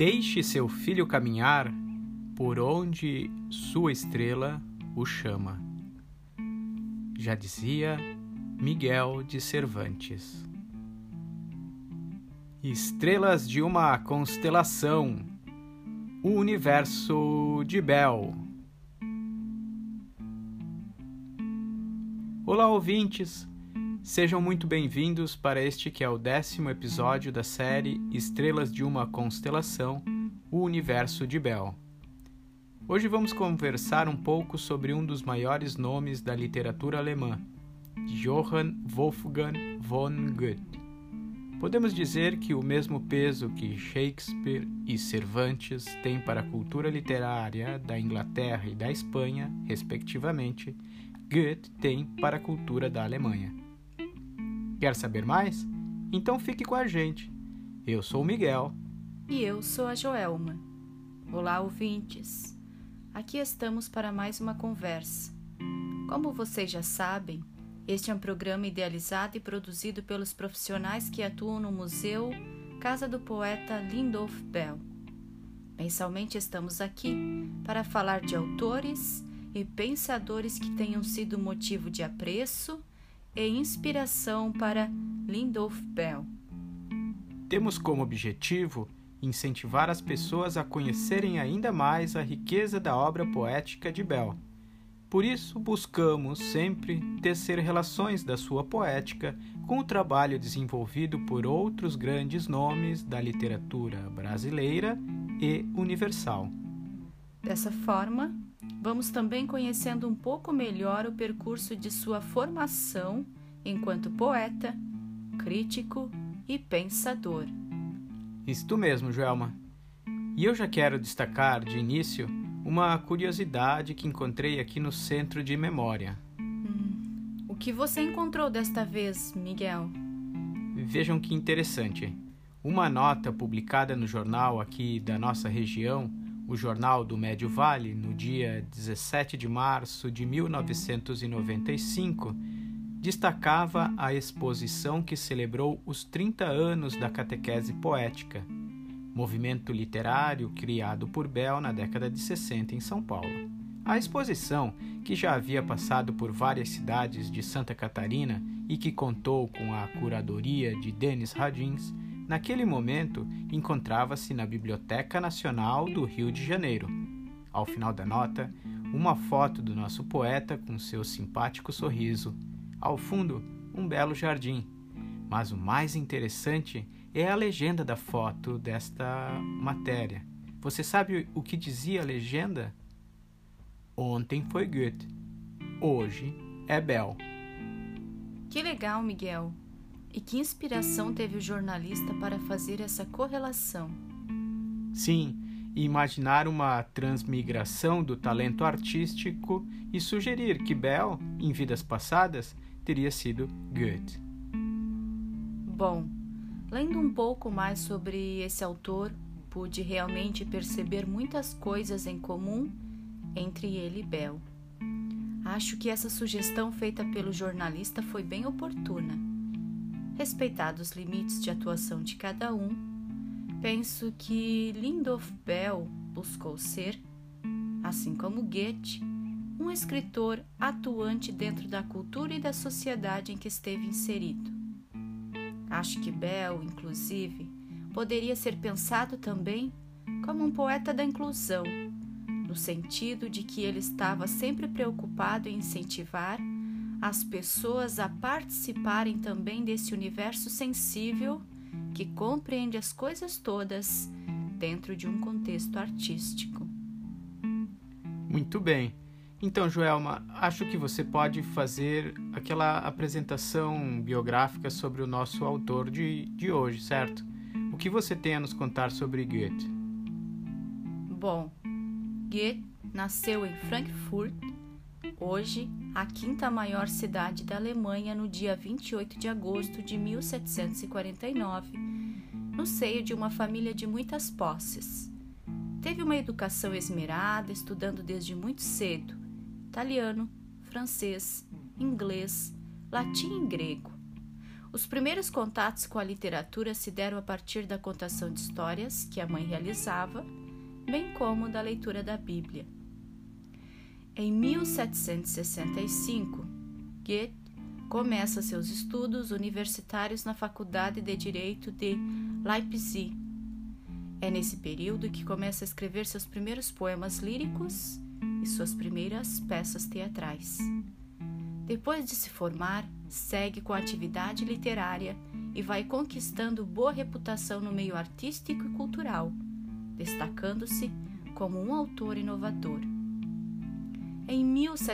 Deixe seu filho caminhar por onde sua estrela o chama. Já dizia Miguel de Cervantes. Estrelas de uma constelação, o universo de Bell. Olá, ouvintes! Sejam muito bem-vindos para este que é o 10º episódio da série Estrelas de uma Constelação, o Universo de Bell. Hoje vamos conversar um pouco sobre um dos maiores nomes da literatura alemã, Johann Wolfgang von Goethe. Podemos dizer que o mesmo peso que Shakespeare e Cervantes têm para a cultura literária da Inglaterra e da Espanha, respectivamente, Goethe tem para a cultura da Alemanha. Quer saber mais? Então fique com a gente. Eu sou o Miguel. E eu sou a Joelma. Olá, ouvintes. Aqui estamos para mais uma conversa. Como vocês já sabem, este é um programa idealizado e produzido pelos profissionais que atuam no Museu Casa do Poeta Lindolf Bell. Mensalmente estamos aqui para falar de autores e pensadores que tenham sido motivo de apreço e inspiração para Lindolf Bell. Temos como objetivo incentivar as pessoas a conhecerem ainda mais a riqueza da obra poética de Bell. Por isso, buscamos sempre tecer relações da sua poética com o trabalho desenvolvido por outros grandes nomes da literatura brasileira e universal. Dessa forma, vamos também conhecendo um pouco melhor o percurso de sua formação enquanto poeta, crítico e pensador. Isto mesmo, Joelma. E eu já quero destacar de início uma curiosidade que encontrei aqui no Centro de Memória. O que você encontrou desta vez, Miguel? Vejam que interessante. Uma nota publicada no jornal aqui da nossa região, o Jornal do Médio Vale, no dia 17 de março de 1995, destacava a exposição que celebrou os 30 anos da catequese poética, movimento literário criado por Bell na década de 60 em São Paulo. A exposição, que já havia passado por várias cidades de Santa Catarina e que contou com a curadoria de Denis Radins, naquele momento encontrava-se na Biblioteca Nacional do Rio de Janeiro. Ao final da nota, uma foto do nosso poeta com seu simpático sorriso. Ao fundo, um belo jardim. Mas o mais interessante é a legenda da foto desta matéria. Você sabe o que dizia a legenda? Ontem foi Goethe, hoje é Bell. Que legal, Miguel! E que inspiração teve o jornalista para fazer essa correlação? Sim, imaginar uma transmigração do talento artístico e sugerir que Bell, em vidas passadas, teria sido Goethe. Bom, lendo um pouco mais sobre esse autor, pude realmente perceber muitas coisas em comum entre ele e Bell. Acho que essa sugestão feita pelo jornalista foi bem oportuna. Respeitados os limites de atuação de cada um, penso que Lindolf Bell buscou ser, assim como Goethe, um escritor atuante dentro da cultura e da sociedade em que esteve inserido. Acho que Bell, inclusive, poderia ser pensado também como um poeta da inclusão, no sentido de que ele estava sempre preocupado em incentivar as pessoas a participarem também desse universo sensível que compreende as coisas todas dentro de um contexto artístico. Muito bem. Então, Joelma, acho que você pode fazer aquela apresentação biográfica sobre o nosso autor de hoje, certo? O que você tem a nos contar sobre Goethe? Bom, Goethe nasceu em Frankfurt, hoje a quinta maior cidade da Alemanha, no dia 28 de agosto de 1749, no seio de uma família de muitas posses. Teve uma educação esmerada, estudando desde muito cedo italiano, francês, inglês, latim e grego. Os primeiros contatos com a literatura se deram a partir da contação de histórias que a mãe realizava, bem como da leitura da Bíblia. Em 1765, Goethe começa seus estudos universitários na Faculdade de Direito de Leipzig. É nesse período que começa a escrever seus primeiros poemas líricos e suas primeiras peças teatrais. Depois de se formar, segue com a atividade literária e vai conquistando boa reputação no meio artístico e cultural, destacando-se como um autor inovador. Em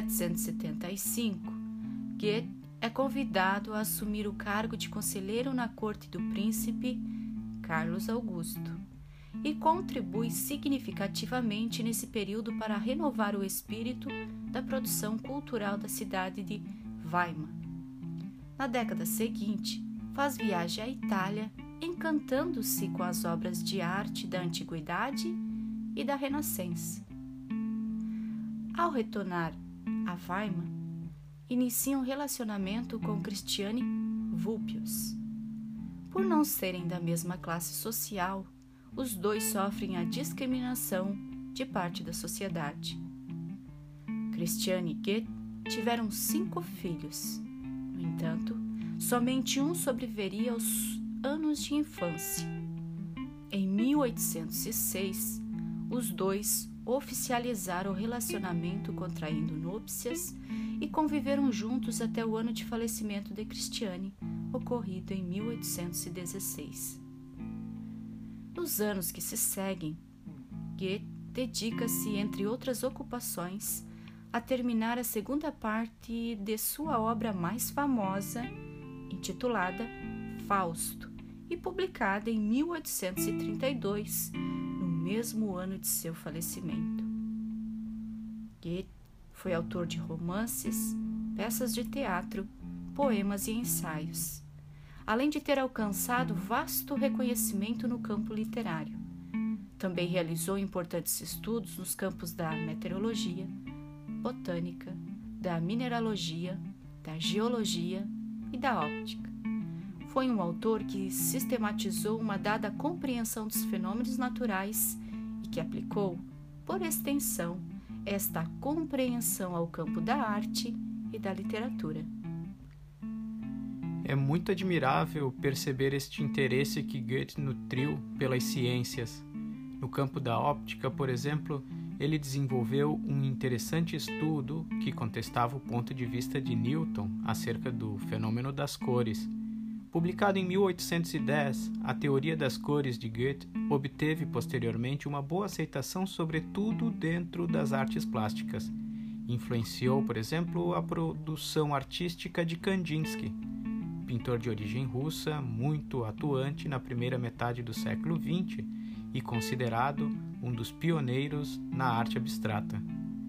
1775, Goethe é convidado a assumir o cargo de conselheiro na corte do príncipe Carlos Augusto e contribui significativamente nesse período para renovar o espírito da produção cultural da cidade de Weimar. Na década seguinte, faz viagem à Itália, encantando-se com as obras de arte da Antiguidade e da Renascença. Ao retornar a Weimar, inicia um relacionamento com Christiane Vulpius. Por não serem da mesma classe social, os dois sofrem a discriminação de parte da sociedade. Christiane e Goethe tiveram 5 filhos. No entanto, somente um sobreviveria aos anos de infância. Em 1806, os dois oficializaram o relacionamento contraindo núpcias e conviveram juntos até o ano de falecimento de Christiane, ocorrido em 1816. Nos anos que se seguem, Goethe dedica-se, entre outras ocupações, a terminar a segunda parte de sua obra mais famosa, intitulada Fausto, e publicada em 1832, no mesmo ano de seu falecimento. Goethe foi autor de romances, peças de teatro, poemas e ensaios, além de ter alcançado vasto reconhecimento no campo literário. Também realizou importantes estudos nos campos da meteorologia, botânica, da mineralogia, da geologia e da óptica. Foi um autor que sistematizou uma dada compreensão dos fenômenos naturais e que aplicou, por extensão, esta compreensão ao campo da arte e da literatura. É muito admirável perceber este interesse que Goethe nutriu pelas ciências. No campo da óptica, por exemplo, ele desenvolveu um interessante estudo que contestava o ponto de vista de Newton acerca do fenômeno das cores. Publicado em 1810, a teoria das cores de Goethe obteve posteriormente uma boa aceitação, sobretudo dentro das artes plásticas. Influenciou, por exemplo, a produção artística de Kandinsky, pintor de origem russa, muito atuante na primeira metade do século XX e considerado um dos pioneiros na arte abstrata.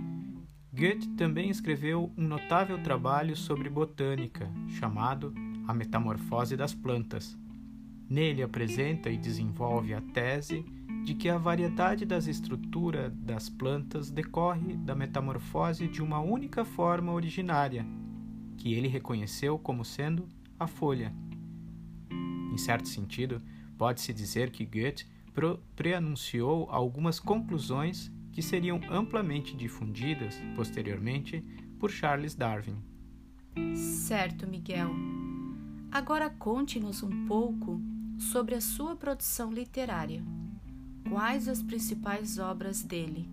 Goethe também escreveu um notável trabalho sobre botânica, chamado A Metamorfose das Plantas. Nele apresenta e desenvolve a tese de que a variedade das estruturas das plantas decorre da metamorfose de uma única forma originária, que ele reconheceu como sendo a folha. Em certo sentido, pode-se dizer que Goethe preanunciou algumas conclusões que seriam amplamente difundidas, posteriormente, por Charles Darwin. Certo, Miguel. Agora conte-nos um pouco sobre a sua produção literária. Quais as principais obras dele?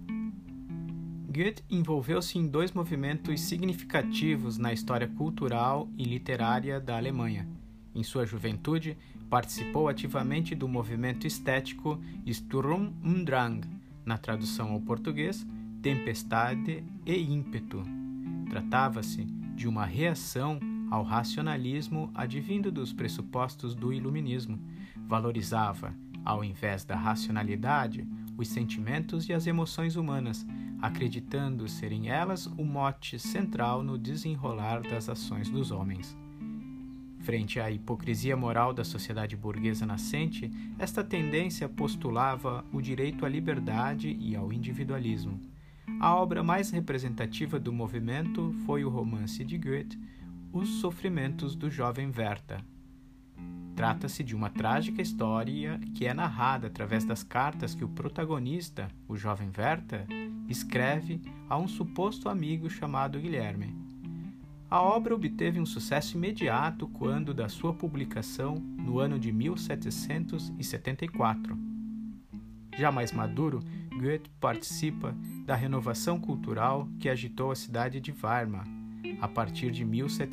Goethe envolveu-se em 2 movimentos significativos na história cultural e literária da Alemanha. Em sua juventude, participou ativamente do movimento estético Sturm und Drang, na tradução ao português, Tempestade e Ímpeto. Tratava-se de uma reação ao racionalismo advindo dos pressupostos do iluminismo. Valorizava, ao invés da racionalidade, os sentimentos e as emoções humanas, acreditando serem elas o mote central no desenrolar das ações dos homens. Frente à hipocrisia moral da sociedade burguesa nascente, esta tendência postulava o direito à liberdade e ao individualismo. A obra mais representativa do movimento foi o romance de Goethe, Os Sofrimentos do Jovem Werther. Trata-se de uma trágica história que é narrada através das cartas que o protagonista, o jovem Werther, escreve a um suposto amigo chamado Guilherme. A obra obteve um sucesso imediato quando da sua publicação no ano de 1774. Já mais maduro, Goethe participa da renovação cultural que agitou a cidade de Weimar a partir de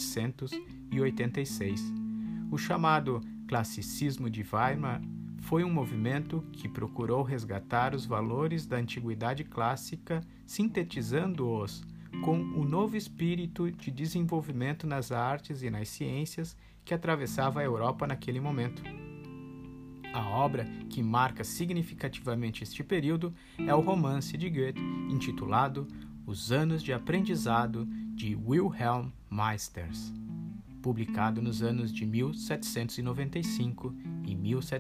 1786. O chamado Classicismo de Weimar foi um movimento que procurou resgatar os valores da antiguidade clássica, sintetizando-os com o novo espírito de desenvolvimento nas artes e nas ciências que atravessava a Europa naquele momento. A obra que marca significativamente este período é o romance de Goethe, intitulado Os Anos de Aprendizado de Wilhelm Meisters, publicado nos anos de 1795 e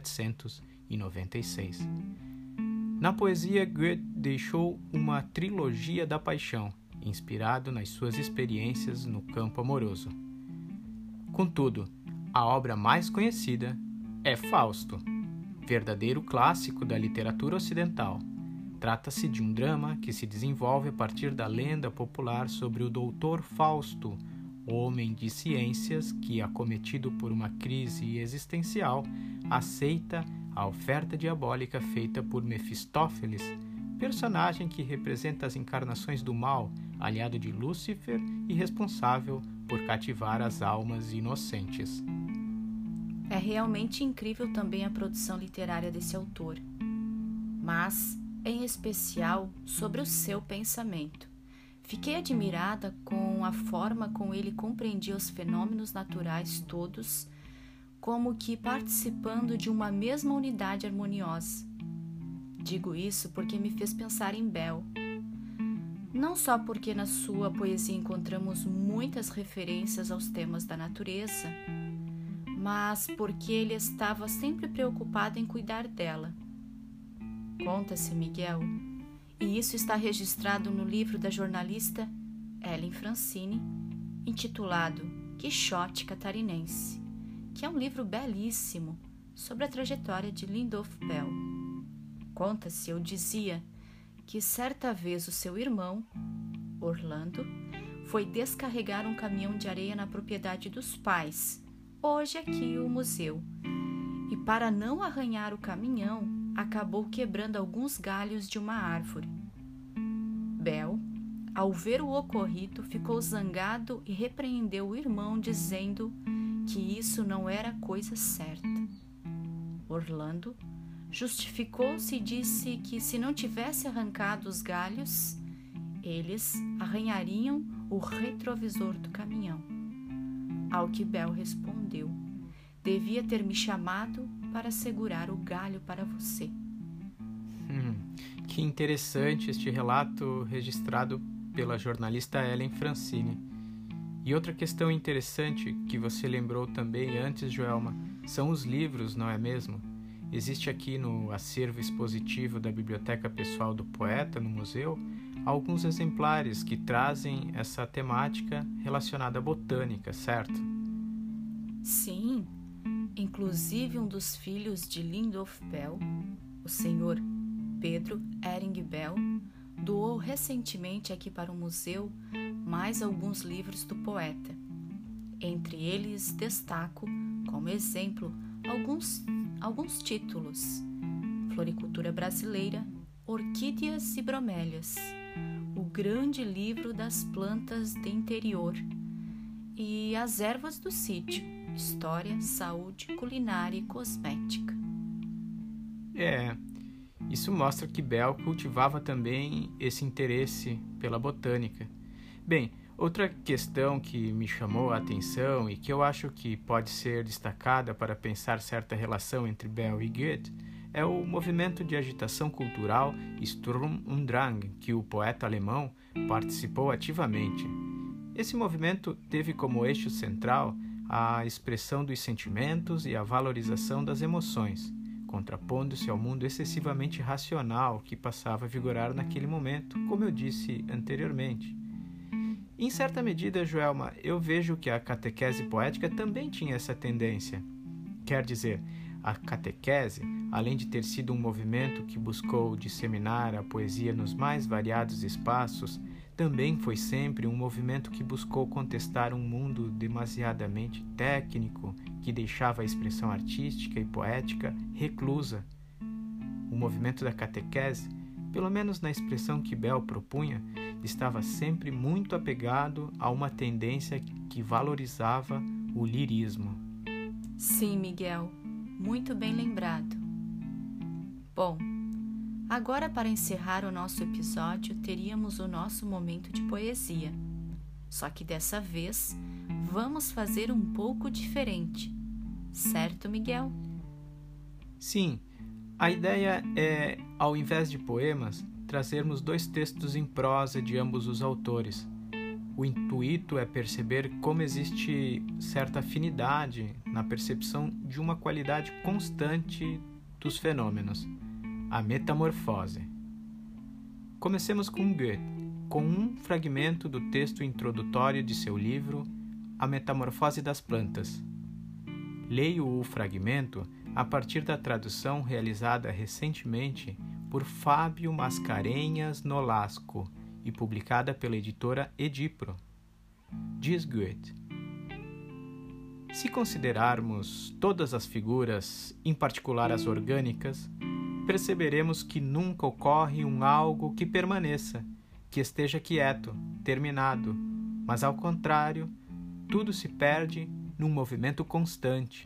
1796. Na poesia, Goethe deixou uma trilogia da paixão, inspirado nas suas experiências no campo amoroso. Contudo, a obra mais conhecida é Fausto, verdadeiro clássico da literatura ocidental. Trata-se de um drama que se desenvolve a partir da lenda popular sobre o doutor Fausto, homem de ciências que, acometido por uma crise existencial, aceita a oferta diabólica feita por Mefistófeles, personagem que representa as encarnações do mal, aliado de Lúcifer e responsável por cativar as almas inocentes. É realmente incrível também a produção literária desse autor, mas, em especial, sobre o seu pensamento. Fiquei admirada com a forma como ele compreendia os fenômenos naturais todos, como que participando de uma mesma unidade harmoniosa. Digo isso porque me fez pensar em Bell. Não só porque na sua poesia encontramos muitas referências aos temas da natureza, mas porque ele estava sempre preocupado em cuidar dela. Conta-se, Miguel, e isso está registrado no livro da jornalista Ellen Francine, intitulado Quixote Catarinense, que é um livro belíssimo sobre a trajetória de Lindolf Bell. Conta-se, eu dizia, que certa vez o seu irmão, Orlando, foi descarregar um caminhão de areia na propriedade dos pais, hoje aqui o museu, e para não arranhar o caminhão, acabou quebrando alguns galhos de uma árvore. Bell, ao ver o ocorrido, ficou zangado e repreendeu o irmão, dizendo que isso não era coisa certa. Orlando justificou-se e disse que se não tivesse arrancado os galhos, eles arranhariam o retrovisor do caminhão. Ao que Bell respondeu: devia ter me chamado para segurar o galho para você. Que interessante este relato registrado pela jornalista Ellen Francine. E outra questão interessante que você lembrou também antes, Joelma, são os livros, não é mesmo? Existe aqui no acervo expositivo da Biblioteca Pessoal do Poeta, no museu, alguns exemplares que trazem essa temática relacionada à botânica, certo? Sim, inclusive um dos filhos de Lindolf Bell, o senhor Pedro Ehring Bell, doou recentemente aqui para o museu mais alguns livros do poeta. Entre eles destaco, como exemplo, alguns títulos: Floricultura Brasileira, Orquídeas e Bromélias, O Grande Livro das Plantas de Interior e As Ervas do Sítio, História, Saúde, Culinária e Cosmética. Isso mostra que Bell cultivava também esse interesse pela botânica. Bem, outra questão que me chamou a atenção e que eu acho que pode ser destacada para pensar certa relação entre Bell e Goethe é o movimento de agitação cultural Sturm und Drang, que o poeta alemão participou ativamente. Esse movimento teve como eixo central a expressão dos sentimentos e a valorização das emoções, contrapondo-se ao mundo excessivamente racional que passava a vigorar naquele momento, como eu disse anteriormente. Em certa medida, Joelma, eu vejo que a catequese poética também tinha essa tendência. Quer dizer, a catequese, além de ter sido um movimento que buscou disseminar a poesia nos mais variados espaços, também foi sempre um movimento que buscou contestar um mundo demasiadamente técnico que deixava a expressão artística e poética reclusa. O movimento da catequese, pelo menos na expressão que Bell propunha, estava sempre muito apegado a uma tendência que valorizava o lirismo. Sim, Miguel, muito bem lembrado. Bom, agora para encerrar o nosso episódio, teríamos o nosso momento de poesia. Só que dessa vez, vamos fazer um pouco diferente. Certo, Miguel? Sim, a ideia é, ao invés de poemas, trazermos 2 textos em prosa de ambos os autores. O intuito é perceber como existe certa afinidade na percepção de uma qualidade constante dos fenômenos, a metamorfose. Comecemos com Goethe, com um fragmento do texto introdutório de seu livro A Metamorfose das Plantas. Leio o fragmento a partir da tradução realizada recentemente por Fábio Mascarenhas Nolasco e publicada pela editora Edipro. Diz Goethe: se considerarmos todas as figuras, em particular as orgânicas, perceberemos que nunca ocorre um algo que permaneça, que esteja quieto, terminado, mas ao contrário, tudo se perde num movimento constante.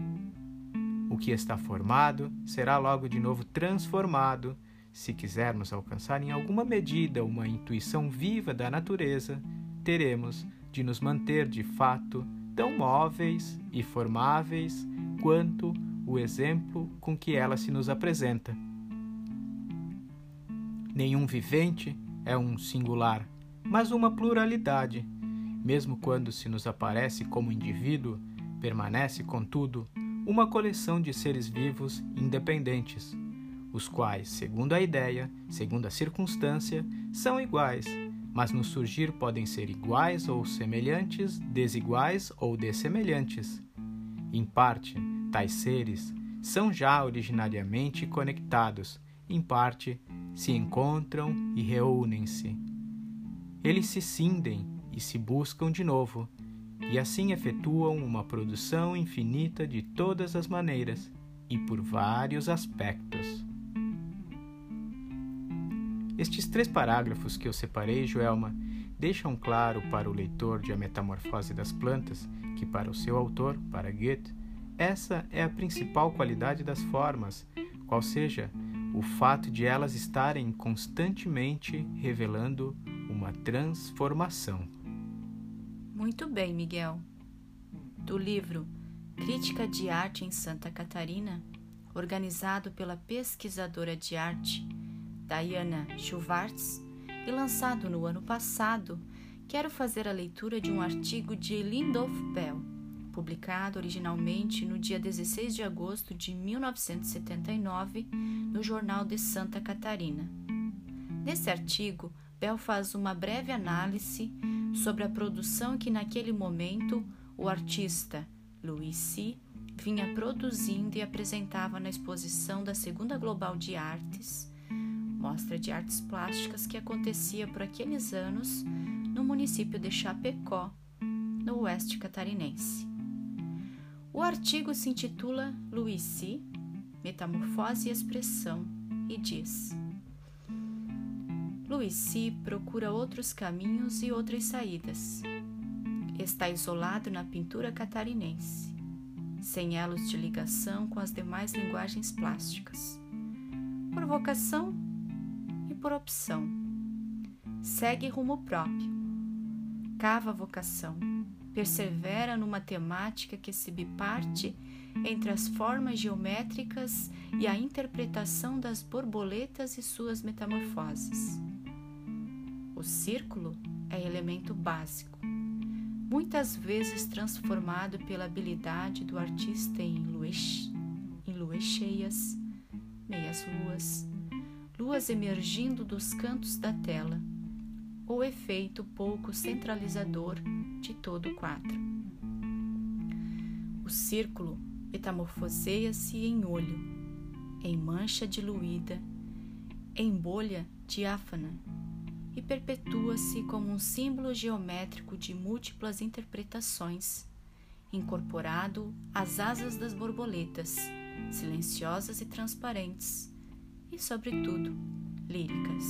O que está formado será logo de novo transformado. Se quisermos alcançar em alguma medida uma intuição viva da natureza, teremos de nos manter de fato tão móveis e formáveis quanto o exemplo com que ela se nos apresenta. Nenhum vivente é um singular, mas uma pluralidade. Mesmo quando se nos aparece como indivíduo, permanece, contudo, uma coleção de seres vivos independentes, os quais, segundo a ideia, segundo a circunstância, são iguais, mas no surgir podem ser iguais ou semelhantes, desiguais ou dessemelhantes. Em parte, tais seres são já originariamente conectados, em parte, se encontram e reúnem-se. Eles se cindem e se buscam de novo, e assim efetuam uma produção infinita de todas as maneiras e por vários aspectos. Estes 3 parágrafos que eu separei, Joelma, deixam claro para o leitor de A Metamorfose das Plantas que, para o seu autor, para Goethe, essa é a principal qualidade das formas, qual seja o fato de elas estarem constantemente revelando uma transformação. Muito bem, Miguel. Do livro Crítica de Arte em Santa Catarina, organizado pela pesquisadora de arte Diana Schwartz e lançado no ano passado, quero fazer a leitura de um artigo de Lindolf Bell, publicado originalmente no dia 16 de agosto de 1979 no Jornal de Santa Catarina. Nesse artigo, Bell faz uma breve análise sobre a produção que naquele momento o artista Louis C. vinha produzindo e apresentava na exposição da Segunda Global de Artes, mostra de artes plásticas que acontecia por aqueles anos no município de Chapecó, no oeste catarinense. O artigo se intitula Louis C. Metamorfose e Expressão e diz: Louis C. procura outros caminhos e outras saídas. Está isolado na pintura catarinense, sem elos de ligação com as demais linguagens plásticas. Por vocação e por opção. Segue rumo próprio. Cava a vocação. Persevera numa temática que se biparte entre as formas geométricas e a interpretação das borboletas e suas metamorfoses. O círculo é elemento básico, muitas vezes transformado pela habilidade do artista em luas cheias, meias luas, luas emergindo dos cantos da tela, ou efeito pouco centralizador de todo o quadro. O círculo metamorfoseia-se em olho, em mancha diluída, em bolha diáfana e perpetua-se como um símbolo geométrico de múltiplas interpretações, incorporado às asas das borboletas, silenciosas e transparentes, e, sobretudo, líricas.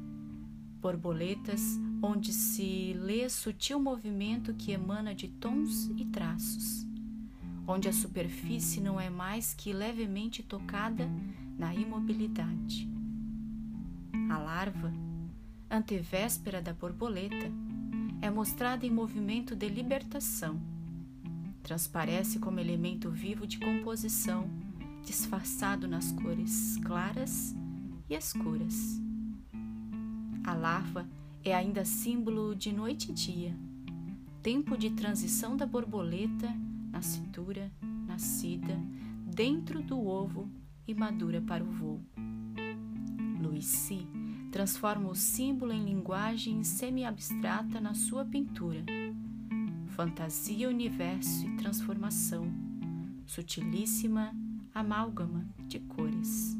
Borboletas onde se lê sutil movimento que emana de tons e traços, onde a superfície não é mais que levemente tocada na imobilidade. A larva, antevéspera da borboleta, é mostrada em movimento de libertação. Transparece como elemento vivo de composição, disfarçado nas cores claras e escuras. A larva é ainda símbolo de noite e dia, tempo de transição da borboleta, nascitura, nascida, dentro do ovo e madura para o voo. Louis C. transforma o símbolo em linguagem semi-abstrata na sua pintura. Fantasia, universo e transformação, sutilíssima amálgama de cores.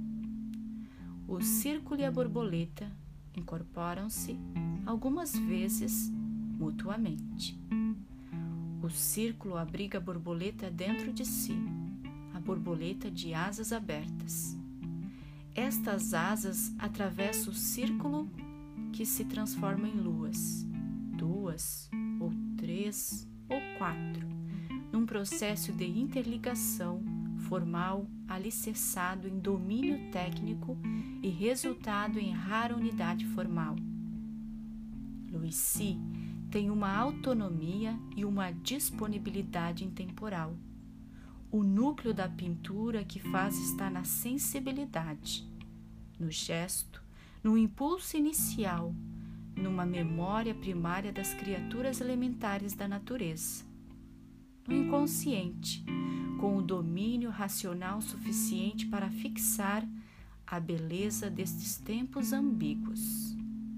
O círculo e a borboleta incorporam-se algumas vezes mutuamente. O círculo abriga a borboleta dentro de si, a borboleta de asas abertas. Estas asas atravessam o círculo que se transforma em luas, 2 ou 3 ou 4, num processo de interligação formal alicerçado em domínio técnico e resultado em rara unidade formal. Louis C. tem uma autonomia e uma disponibilidade intemporal. O núcleo da pintura que faz está na sensibilidade, no gesto, no impulso inicial, numa memória primária das criaturas elementares da natureza, no inconsciente, com o domínio racional suficiente para fixar a beleza destes tempos ambíguos.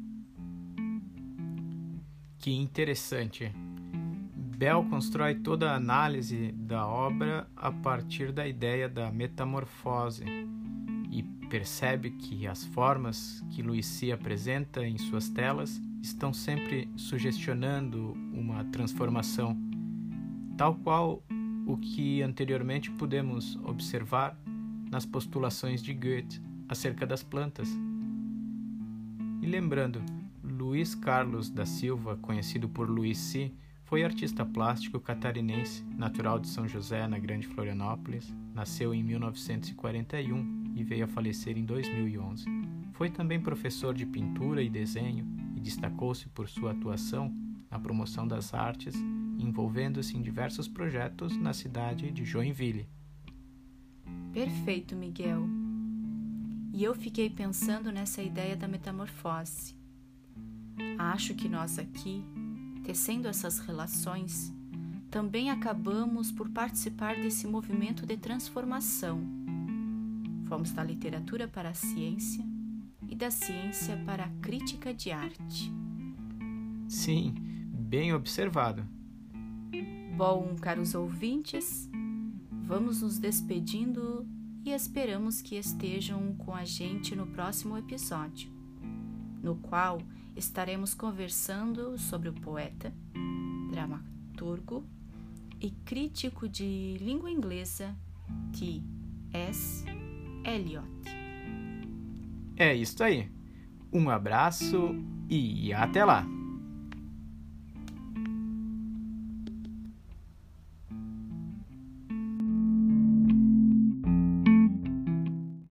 Que interessante! Bell constrói toda a análise da obra a partir da ideia da metamorfose e percebe que as formas que Louis C. apresenta em suas telas estão sempre sugestionando uma transformação, tal qual o que anteriormente pudemos observar nas postulações de Goethe acerca das plantas. E lembrando, Luiz Carlos da Silva, conhecido por Louis C., foi artista plástico catarinense, natural de São José, na Grande Florianópolis, nasceu em 1941 e veio a falecer em 2011. Foi também professor de pintura e desenho e destacou-se por sua atuação na promoção das artes, envolvendo-se em diversos projetos na cidade de Joinville. Perfeito, Miguel. E eu fiquei pensando nessa ideia da metamorfose. Acho que nós aqui, tecendo essas relações, também acabamos por participar desse movimento de transformação. Fomos da literatura para a ciência e da ciência para a crítica de arte. Sim, bem observado. Bom, caros ouvintes, vamos nos despedindo e esperamos que estejam com a gente no próximo episódio, no qual estaremos conversando sobre o poeta, dramaturgo e crítico de língua inglesa T.S. Eliot. É isso aí. Um abraço e até lá!